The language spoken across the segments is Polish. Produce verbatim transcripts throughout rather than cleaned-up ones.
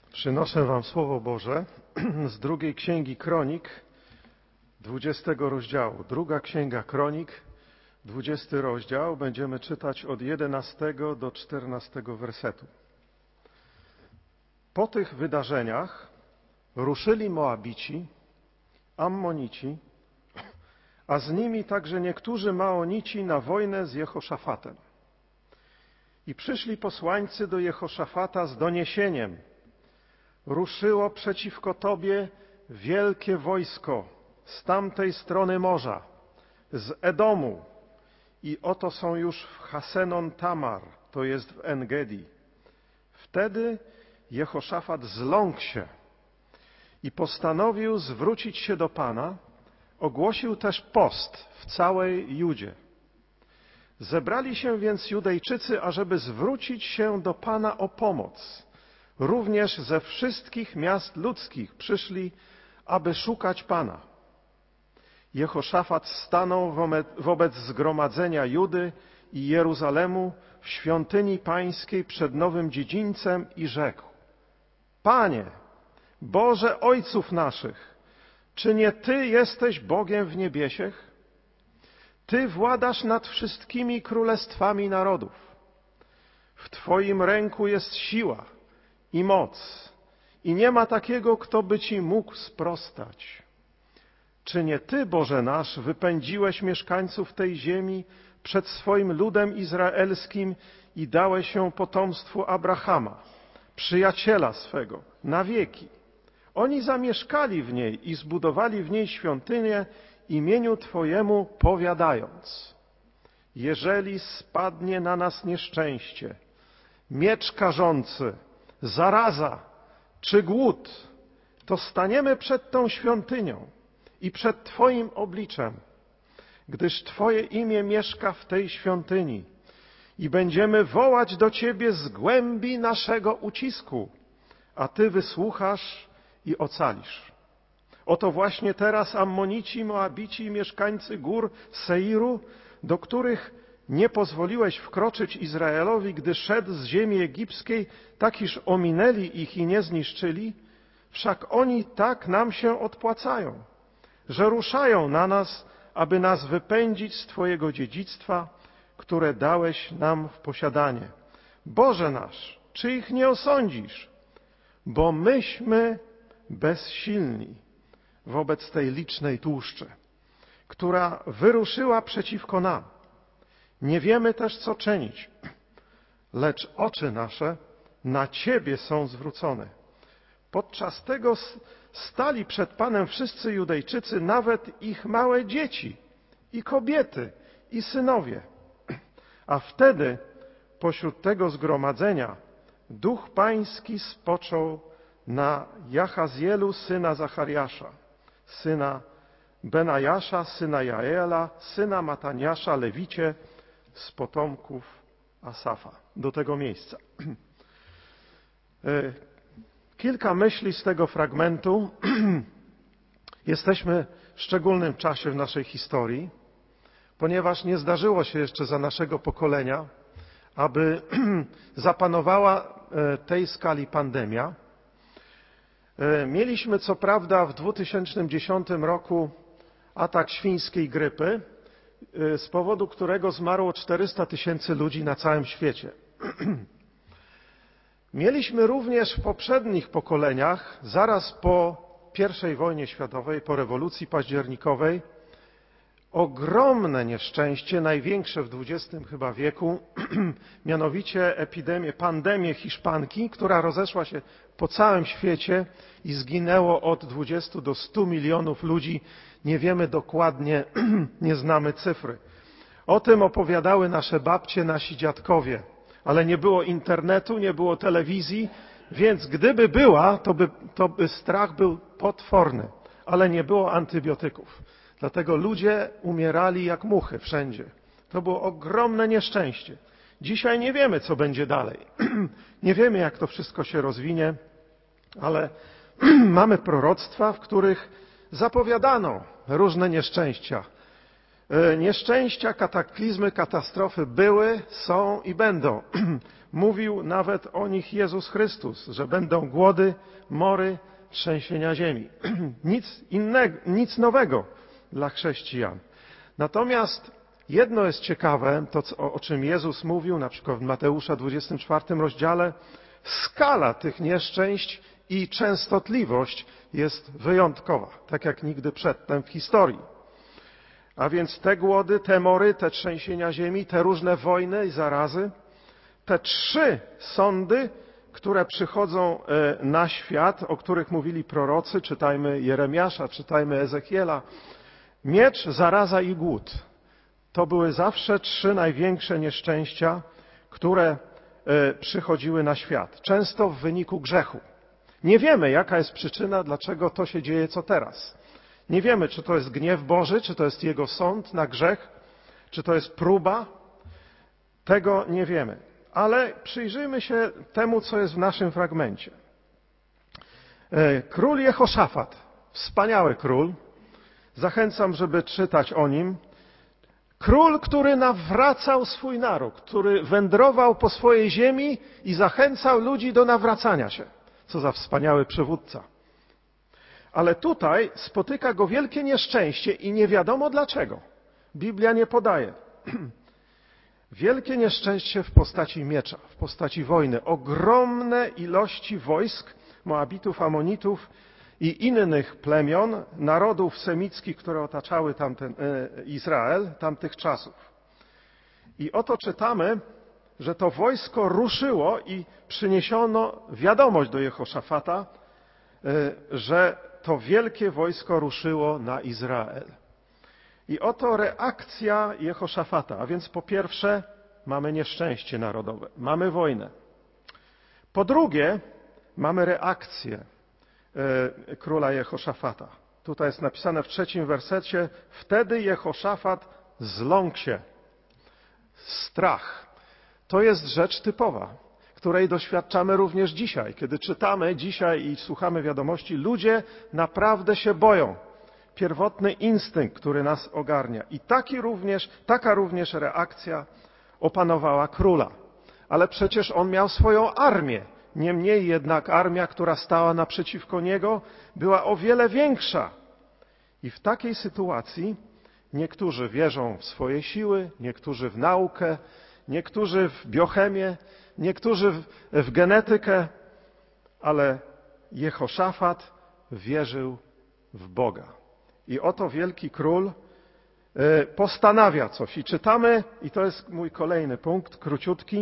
Przynoszę wam Słowo Boże z drugiej Księgi Kronik, dwudziestego rozdziału. Druga Księga Kronik, dwudziesty rozdział. Będziemy czytać od jedenastego do czternastego wersetu. Po tych wydarzeniach ruszyli Moabici, Ammonici, a z nimi także niektórzy Maonici na wojnę z Jehoszafatem. I przyszli posłańcy do Jehoszafata z doniesieniem: ruszyło przeciwko Tobie wielkie wojsko z tamtej strony morza, z Edomu, i oto są już w Hasenon Tamar, to jest w En-Gedi. Wtedy Jehoszafat zląkł się i postanowił zwrócić się do Pana. Ogłosił też post w całej Judzie. Zebrali się więc Judejczycy, ażeby zwrócić się do Pana o pomoc. Również ze wszystkich miast ludzkich przyszli, aby szukać Pana. Jehoszafat stanął wobec zgromadzenia Judy i Jeruzalemu w świątyni pańskiej przed nowym dziedzińcem i rzekł: Panie, Boże ojców naszych, czy nie Ty jesteś Bogiem w niebiesiech? Ty władasz nad wszystkimi królestwami narodów. W Twoim ręku jest siła i moc, i nie ma takiego, kto by Ci mógł sprostać. Czy nie Ty, Boże nasz, wypędziłeś mieszkańców tej ziemi przed swoim ludem izraelskim i dałeś ją potomstwu Abrahama, przyjaciela swego, na wieki? Oni zamieszkali w niej i zbudowali w niej świątynię imieniu Twojemu, powiadając: jeżeli spadnie na nas nieszczęście, miecz karzący, zaraza czy głód, to staniemy przed tą świątynią i przed Twoim obliczem, gdyż Twoje imię mieszka w tej świątyni, i będziemy wołać do Ciebie z głębi naszego ucisku, a Ty wysłuchasz i ocalisz. Oto właśnie teraz Ammonici, Moabici i mieszkańcy gór Seiru, do których nie pozwoliłeś wkroczyć Izraelowi, gdy szedł z ziemi egipskiej, tak iż ominęli ich i nie zniszczyli, wszak oni tak nam się odpłacają, że ruszają na nas, aby nas wypędzić z Twojego dziedzictwa, które dałeś nam w posiadanie. Boże nasz, czy ich nie osądzisz? Bo myśmy bezsilni wobec tej licznej tłuszczy, która wyruszyła przeciwko nam. Nie wiemy też, co czynić, lecz oczy nasze na Ciebie są zwrócone. Podczas tego stali przed Panem wszyscy Judejczycy, nawet ich małe dzieci, i kobiety, i synowie. A wtedy pośród tego zgromadzenia Duch Pański spoczął na Jachazielu, syna Zachariasza, syna Benajasza, syna Jaela, syna Mataniasza, lewicie, z potomków Asafa. Do tego miejsca. Kilka myśli z tego fragmentu. Jesteśmy w szczególnym czasie w naszej historii, ponieważ nie zdarzyło się jeszcze za naszego pokolenia, aby zapanowała tej skali pandemia. Mieliśmy co prawda w dwa tysiące dziesiątym roku atak świńskiej grypy, z powodu którego zmarło czterysta tysięcy ludzi na całym świecie. Mieliśmy również w poprzednich pokoleniach, zaraz po pierwszej wojnie światowej, po rewolucji październikowej, ogromne nieszczęście, największe w dwudziestym chyba wieku, mianowicie epidemię, pandemię hiszpanki, która rozeszła się po całym świecie i zginęło od dwudziestu do stu milionów ludzi. Nie wiemy dokładnie, nie znamy cyfry. O tym opowiadały nasze babcie, nasi dziadkowie, ale nie było internetu, nie było telewizji, więc gdyby była, to by, to by strach był potworny, ale nie było antybiotyków. Dlatego ludzie umierali jak muchy wszędzie. To było ogromne nieszczęście. Dzisiaj nie wiemy, co będzie dalej. Nie wiemy, jak to wszystko się rozwinie, ale mamy proroctwa, w których zapowiadano różne nieszczęścia. Nieszczęścia, kataklizmy, katastrofy były, są i będą. Mówił nawet o nich Jezus Chrystus, że będą głody, mory, trzęsienia ziemi. Nic innego, nic nowego dla chrześcijan. Natomiast jedno jest ciekawe, to o, o czym Jezus mówił, na przykład w Mateusza dwudziestym czwartym rozdziale, skala tych nieszczęść i częstotliwość jest wyjątkowa, tak jak nigdy przedtem w historii. A więc te głody, te mory, te trzęsienia ziemi, te różne wojny i zarazy, te trzy sądy, które przychodzą na świat, o których mówili prorocy, czytajmy Jeremiasza, czytajmy Ezechiela, miecz, zaraza i głód. To były zawsze trzy największe nieszczęścia, które przychodziły na świat, często w wyniku grzechu. Nie wiemy, jaka jest przyczyna, dlaczego to się dzieje, co teraz. Nie wiemy, czy to jest gniew Boży, czy to jest Jego sąd na grzech, czy to jest próba. Tego nie wiemy. Ale przyjrzyjmy się temu, co jest w naszym fragmencie. Król Jehoszafat, wspaniały król. Zachęcam, żeby czytać o nim. Król, który nawracał swój naród, który wędrował po swojej ziemi i zachęcał ludzi do nawracania się. Co za wspaniały przywódca. Ale tutaj spotyka go wielkie nieszczęście i nie wiadomo dlaczego. Biblia nie podaje. Wielkie nieszczęście w postaci miecza, w postaci wojny. Ogromne ilości wojsk Moabitów, Amonitów i innych plemion, narodów semickich, które otaczały tamten Izrael tamtych czasów. I oto czytamy, że to wojsko ruszyło i przyniesiono wiadomość do Jehoszafata, że to wielkie wojsko ruszyło na Izrael. I oto reakcja Jehoszafata. A więc po pierwsze mamy nieszczęście narodowe, mamy wojnę. Po drugie mamy reakcję króla Jehoszafata. Tutaj jest napisane w trzecim wersecie: wtedy Jehoszafat zląkł się. Strach. To jest rzecz typowa, której doświadczamy również dzisiaj. Kiedy czytamy dzisiaj i słuchamy wiadomości, ludzie naprawdę się boją. Pierwotny instynkt, który nas ogarnia. I taki również, taka również reakcja opanowała króla. Ale przecież on miał swoją armię. Niemniej jednak armia, która stała naprzeciwko niego, była o wiele większa. I w takiej sytuacji niektórzy wierzą w swoje siły, niektórzy w naukę, niektórzy w biochemię, niektórzy w, w genetykę, ale Jehoszafat wierzył w Boga. I oto wielki król postanawia coś. I czytamy, i to jest mój kolejny punkt, króciutki,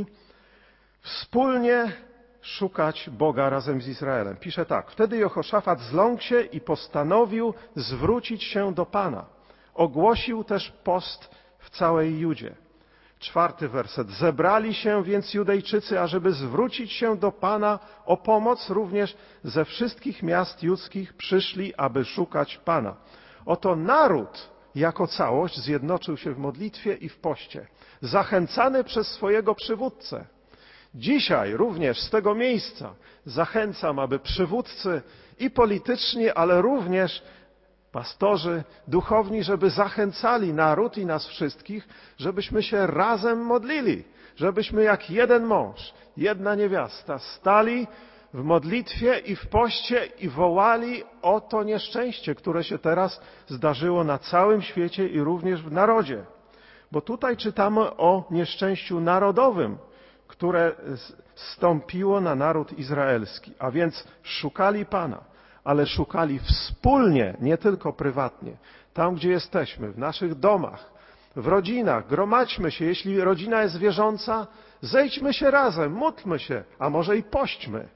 wspólnie szukać Boga razem z Izraelem. Pisze tak: wtedy Jehoszafat zląkł się i postanowił zwrócić się do Pana. Ogłosił też post w całej Judzie. Czwarty werset. Zebrali się więc Judejczycy, ażeby zwrócić się do Pana o pomoc, również ze wszystkich miast judzkich przyszli, aby szukać Pana. Oto naród jako całość zjednoczył się w modlitwie i w poście, zachęcany przez swojego przywódcę. Dzisiaj również z tego miejsca zachęcam, aby przywódcy i polityczni, ale również pastorzy, duchowni, żeby zachęcali naród i nas wszystkich, żebyśmy się razem modlili, żebyśmy jak jeden mąż, jedna niewiasta stali w modlitwie i w poście i wołali o to nieszczęście, które się teraz zdarzyło na całym świecie i również w narodzie. Bo tutaj czytamy o nieszczęściu narodowym, które zstąpiło na naród izraelski. A więc szukali Pana, ale szukali wspólnie, nie tylko prywatnie. Tam, gdzie jesteśmy, w naszych domach, w rodzinach, gromadźmy się. Jeśli rodzina jest wierząca, zejdźmy się razem, módlmy się, a może i pośćmy.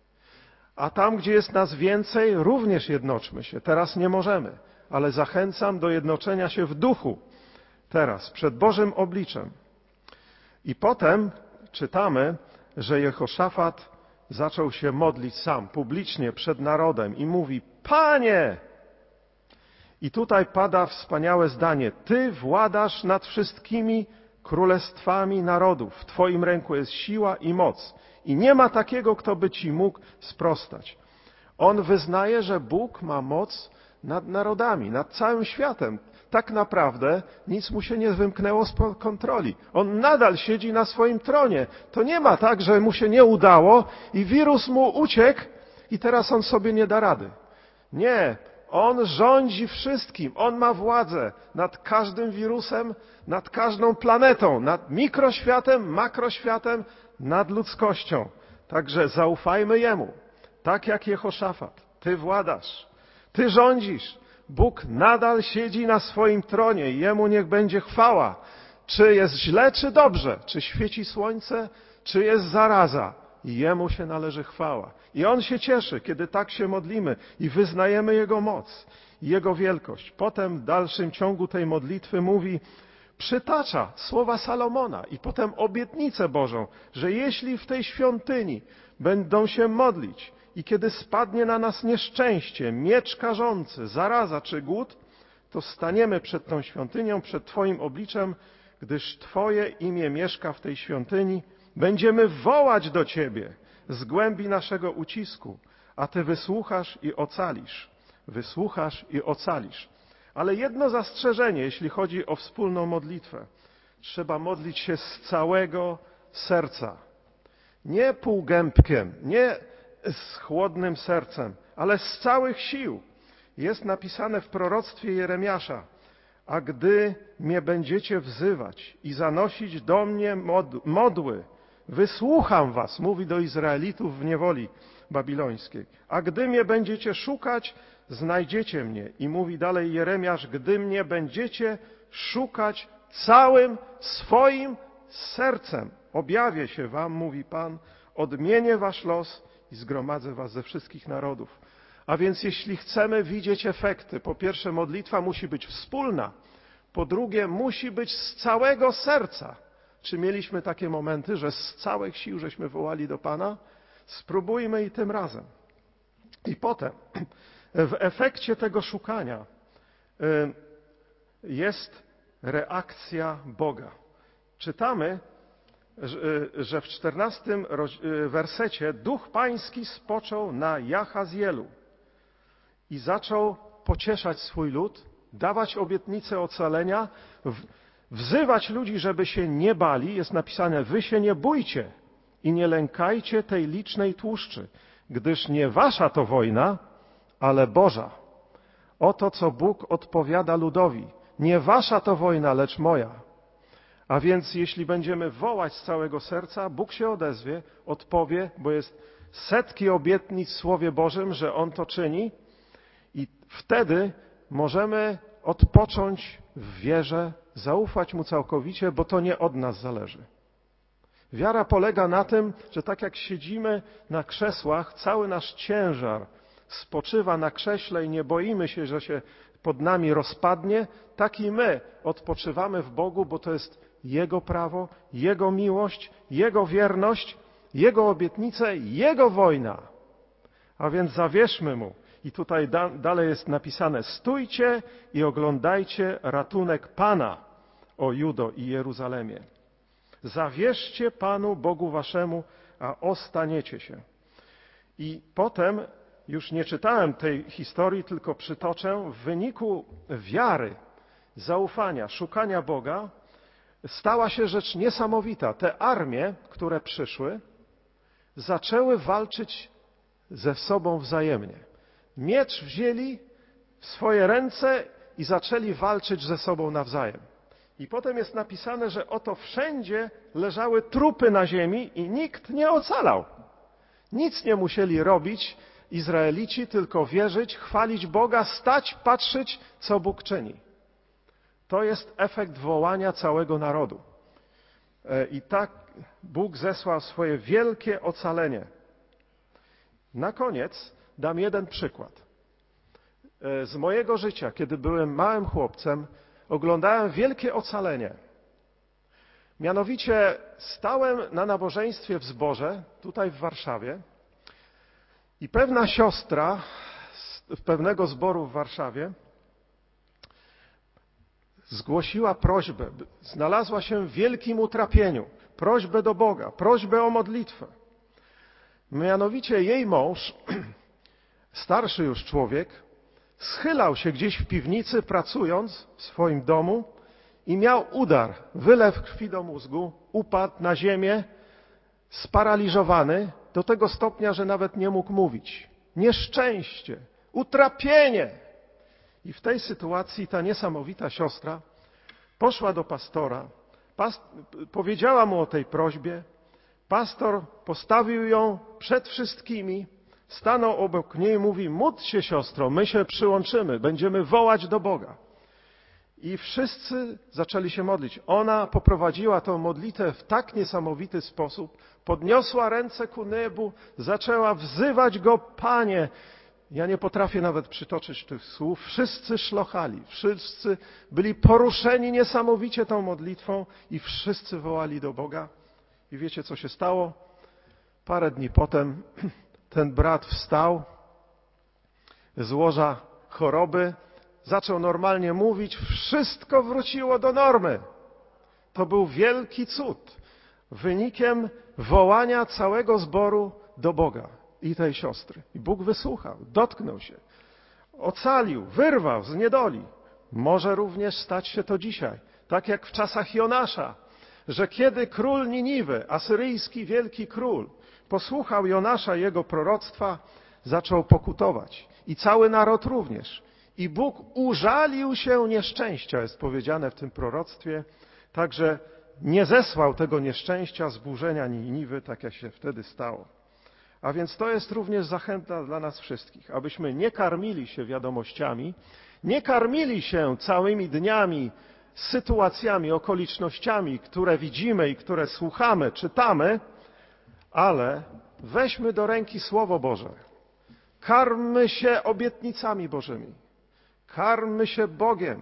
A tam, gdzie jest nas więcej, również jednoczmy się. Teraz nie możemy, ale zachęcam do jednoczenia się w duchu. Teraz, przed Bożym obliczem. I potem czytamy, że Jehoszafat zaczął się modlić sam, publicznie, przed narodem i mówi: Panie! I tutaj pada wspaniałe zdanie: Ty władasz nad wszystkimi królestwami narodów. W Twoim ręku jest siła i moc. I nie ma takiego, kto by Ci mógł sprostać. On wyznaje, że Bóg ma moc nad narodami, nad całym światem. tak naprawdę nic mu się nie wymknęło spod kontroli. On nadal siedzi na swoim tronie. To nie ma tak, że mu się nie udało i wirus mu uciekł i teraz on sobie nie da rady. Nie. On rządzi wszystkim. On ma władzę nad każdym wirusem, nad każdą planetą, nad mikroświatem, makroświatem, nad ludzkością. Także zaufajmy Jemu. Tak jak Jehoszafat. Ty władasz. Ty rządzisz. Bóg nadal siedzi na swoim tronie i Jemu niech będzie chwała. Czy jest źle, czy dobrze? Czy świeci słońce, czy jest zaraza? I Jemu się należy chwała. I On się cieszy, kiedy tak się modlimy i wyznajemy Jego moc, Jego wielkość. Potem w dalszym ciągu tej modlitwy mówi, przytacza słowa Salomona i potem obietnicę Bożą, że jeśli w tej świątyni będą się modlić i kiedy spadnie na nas nieszczęście, miecz karzący, zaraza czy głód, to staniemy przed tą świątynią, przed Twoim obliczem, gdyż Twoje imię mieszka w tej świątyni. Będziemy wołać do Ciebie z głębi naszego ucisku, a Ty wysłuchasz i ocalisz. Wysłuchasz i ocalisz. Ale jedno zastrzeżenie, jeśli chodzi o wspólną modlitwę. Trzeba modlić się z całego serca. Nie półgębkiem, nie z chłodnym sercem, ale z całych sił. Jest napisane w proroctwie Jeremiasza, a gdy mnie będziecie wzywać i zanosić do mnie mod- modły, wysłucham was, mówi do Izraelitów w niewoli babilońskiej. A gdy mnie będziecie szukać, znajdziecie mnie. I mówi dalej Jeremiasz, gdy mnie będziecie szukać całym swoim sercem. Objawię się wam, mówi Pan, odmienię wasz los i zgromadzę was ze wszystkich narodów. A więc jeśli chcemy widzieć efekty, po pierwsze modlitwa musi być wspólna, po drugie musi być z całego serca. Czy mieliśmy takie momenty, że z całych sił żeśmy wołali do Pana? Spróbujmy i tym razem. I potem w efekcie tego szukania jest reakcja Boga. Czytamy, że w czternastym wersecie Duch Pański spoczął na Jahazielu i zaczął pocieszać swój lud, dawać obietnicę ocalenia, wzywać ludzi, żeby się nie bali. Jest napisane, wy się nie bójcie i nie lękajcie tej licznej tłuszczy, gdyż nie wasza to wojna, ale Boża. Oto, co Bóg odpowiada ludowi. Nie wasza to wojna, lecz moja. A więc jeśli będziemy wołać z całego serca, Bóg się odezwie, odpowie, bo jest setki obietnic w Słowie Bożym, że On to czyni i wtedy możemy odpocząć w wierze, zaufać Mu całkowicie, bo to nie od nas zależy. Wiara polega na tym, że tak jak siedzimy na krzesłach, cały nasz ciężar spoczywa na krześle i nie boimy się, że się pod nami rozpadnie, tak i my odpoczywamy w Bogu, bo to jest Jego prawo, Jego miłość, Jego wierność, Jego obietnice, Jego wojna. A więc zawierzmy Mu. I tutaj da, dalej jest napisane, stójcie i oglądajcie ratunek Pana, o Judo i Jeruzalemie. Zawierzcie Panu, Bogu waszemu, a ostaniecie się. I potem, już nie czytałem tej historii, tylko przytoczę, w wyniku wiary, zaufania, szukania Boga, stała się rzecz niesamowita. Te armie, które przyszły, zaczęły walczyć ze sobą wzajemnie. Miecz wzięli w swoje ręce i zaczęli walczyć ze sobą nawzajem. I potem jest napisane, że oto wszędzie leżały trupy na ziemi i nikt nie ocalał. Nic nie musieli robić Izraelici, tylko wierzyć, chwalić Boga, stać, patrzeć, co Bóg czyni. To jest efekt wołania całego narodu. I tak Bóg zesłał swoje wielkie ocalenie. Na koniec dam jeden przykład. Z mojego życia, kiedy byłem małym chłopcem, oglądałem wielkie ocalenie. Mianowicie stałem na nabożeństwie w zborze, tutaj w Warszawie, i pewna siostra z pewnego zboru w Warszawie zgłosiła prośbę, znalazła się w wielkim utrapieniu, prośbę do Boga, prośbę o modlitwę. Mianowicie jej mąż, starszy już człowiek, schylał się gdzieś w piwnicy, pracując w swoim domu i miał udar, wylew krwi do mózgu, upadł na ziemię, sparaliżowany do tego stopnia, że nawet nie mógł mówić. Nieszczęście, utrapienie. I w tej sytuacji ta niesamowita siostra poszła do pastora, past- powiedziała mu o tej prośbie. Pastor postawił ją przed wszystkimi, stanął obok niej i mówi: módl się, siostro, my się przyłączymy, będziemy wołać do Boga. I wszyscy zaczęli się modlić. Ona poprowadziła tę modlitwę w tak niesamowity sposób, podniosła ręce ku niebu, zaczęła wzywać Go: Panie. Ja nie potrafię nawet przytoczyć tych słów. Wszyscy szlochali, wszyscy byli poruszeni niesamowicie tą modlitwą i wszyscy wołali do Boga. I wiecie, co się stało? Parę dni potem ten brat wstał z łoża choroby, zaczął normalnie mówić, wszystko wróciło do normy. To był wielki cud, wynikiem wołania całego zboru do Boga i tej siostry. I Bóg wysłuchał, dotknął się, ocalił, wyrwał z niedoli. Może również stać się to dzisiaj, tak jak w czasach Jonasza, że kiedy król Niniwy, asyryjski wielki król, posłuchał Jonasza i jego proroctwa, zaczął pokutować. I cały naród również. I Bóg użalił się nieszczęścia, jest powiedziane w tym proroctwie, także nie zesłał tego nieszczęścia, zburzenia Niniwy, tak jak się wtedy stało. A więc to jest również zachęta dla nas wszystkich, abyśmy nie karmili się wiadomościami, nie karmili się całymi dniami sytuacjami, okolicznościami, które widzimy i które słuchamy, czytamy, ale weźmy do ręki Słowo Boże. Karmmy się obietnicami Bożymi. Karmmy się Bogiem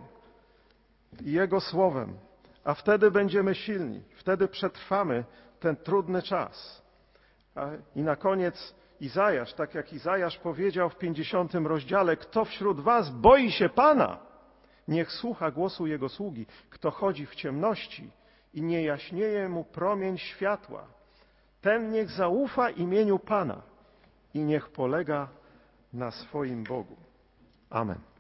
i Jego Słowem, a wtedy będziemy silni. Wtedy przetrwamy ten trudny czas. I na koniec Izajasz, tak jak Izajasz powiedział w pięćdziesiątym rozdziale: kto wśród was boi się Pana, niech słucha głosu Jego sługi. Kto chodzi w ciemności i nie jaśnieje mu promień światła, ten niech zaufa imieniu Pana i niech polega na swoim Bogu. Amen.